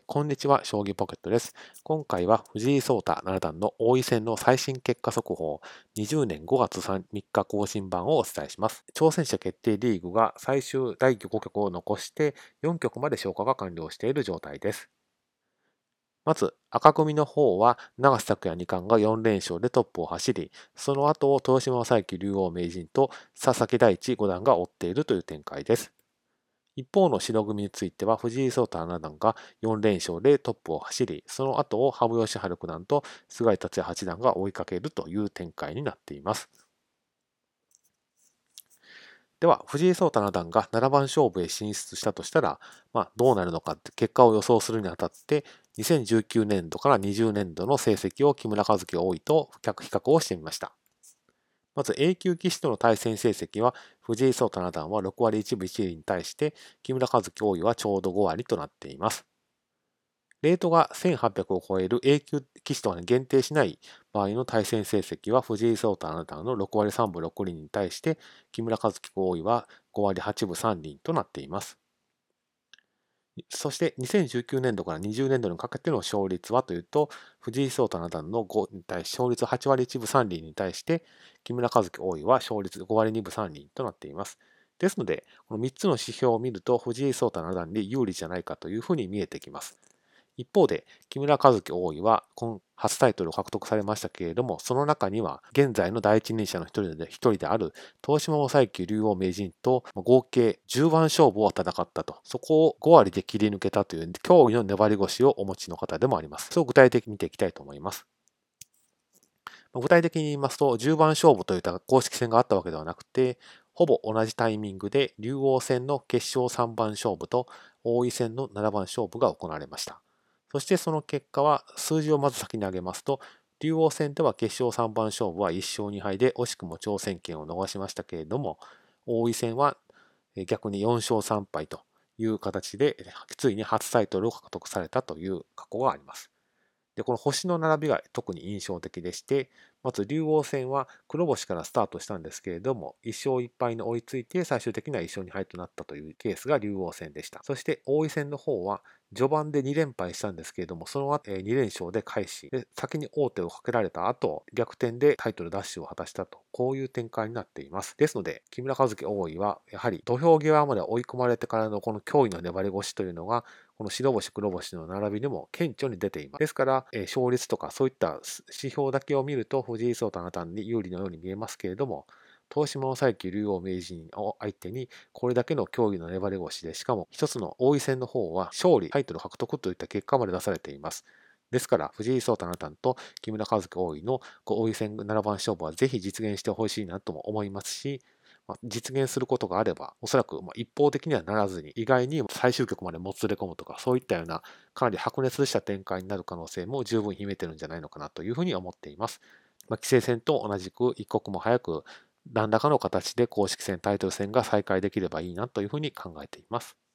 こんにちは、将棋ポケットです。今回は藤井聡太七段の王位戦の最新結果速報、20年5月3日更新版をお伝えします。挑戦者決定リーグが最終第5局を残して4局まで消化が完了している状態です。まず、赤組の方は永瀬拓也二冠が4連勝でトップを走り、その後を豊島将之竜王名人と佐々木大地五段が追っているという展開です。一方の白組については藤井聡太七段が4連勝でトップを走り、その後を羽生善治九段と菅井竜也八段が追いかけるという展開になっています。では、藤井聡太七段が七番勝負へ進出したとしたら、どうなるのかって結果を予想するにあたって、2019年度から20年度の成績を木村一基王位と比較をしてみました。まず A 級棋士との対戦成績は、藤井聡太七段は6割1分1厘に対して、木村一基王位はちょうど5割となっています。レートが1800を超える A 級棋士とは限定しない場合の対戦成績は、藤井聡太七段の6割3分6厘に対して、木村一基王位は5割8分3厘となっています。そして2019年度から20年度にかけての勝率はというと、藤井聡太七段の5に対し勝率8割1分3厘に対して、木村一基王位は勝率5割2分3厘となっています。ですので、この3つの指標を見ると、藤井聡太七段に有利じゃないかというふうに見えてきます。一方で、木村一基王位は初タイトルを獲得されましたけれども、その中には現在の第一人者の一人である東島正幸竜王名人と合計10番勝負を戦ったと、そこを5割で切り抜けたという驚異の粘り腰をお持ちの方でもあります。そう具体的に見ていきたいと思います。具体的に言いますと、10番勝負といった公式戦があったわけではなくて、ほぼ同じタイミングで竜王戦の決勝3番勝負と王位戦の7番勝負が行われました。そしてその結果は、数字をまず先に挙げますと、竜王戦では決勝3番勝負は1勝2敗で惜しくも挑戦権を逃しましたけれども、王位戦は逆に4勝3敗という形で、ついに初タイトルを獲得されたという過去があります。で、この星の並びが特に印象的でして、まず竜王戦は黒星からスタートしたんですけれども、1勝1敗に追いついて最終的には1勝2敗となったというケースが竜王戦でした。そして王位戦の方は序盤で2連敗したんですけれども、その後2連勝で返し、で先に王手をかけられた後、逆転でタイトル奪取を果たしたと、こういう展開になっています。ですので、木村一基王位はやはり土俵際まで追い込まれてからのこの驚異の粘り腰というのが、この白星黒星の並びでも顕著に出ています。ですから、勝率とかそういった指標だけを見ると藤井聡太七段に有利のように見えますけれども、東島正幸竜王名人を相手にこれだけの競技の粘り腰で、しかも一つの王位戦の方は勝利、タイトル獲得といった結果まで出されています。ですから、藤井聡太七段と木村一基王位の王位戦7番勝負はぜひ実現してほしいなとも思いますし、実現することがあれば、おそらく一方的にはならずに、意外に最終局までもつれ込むとか、そういったような、かなり白熱した展開になる可能性も十分秘めてるんじゃないのかなというふうに思っています。棋聖戦と同じく一刻も早く、何らかの形で公式戦、タイトル戦が再開できればいいなというふうに考えています。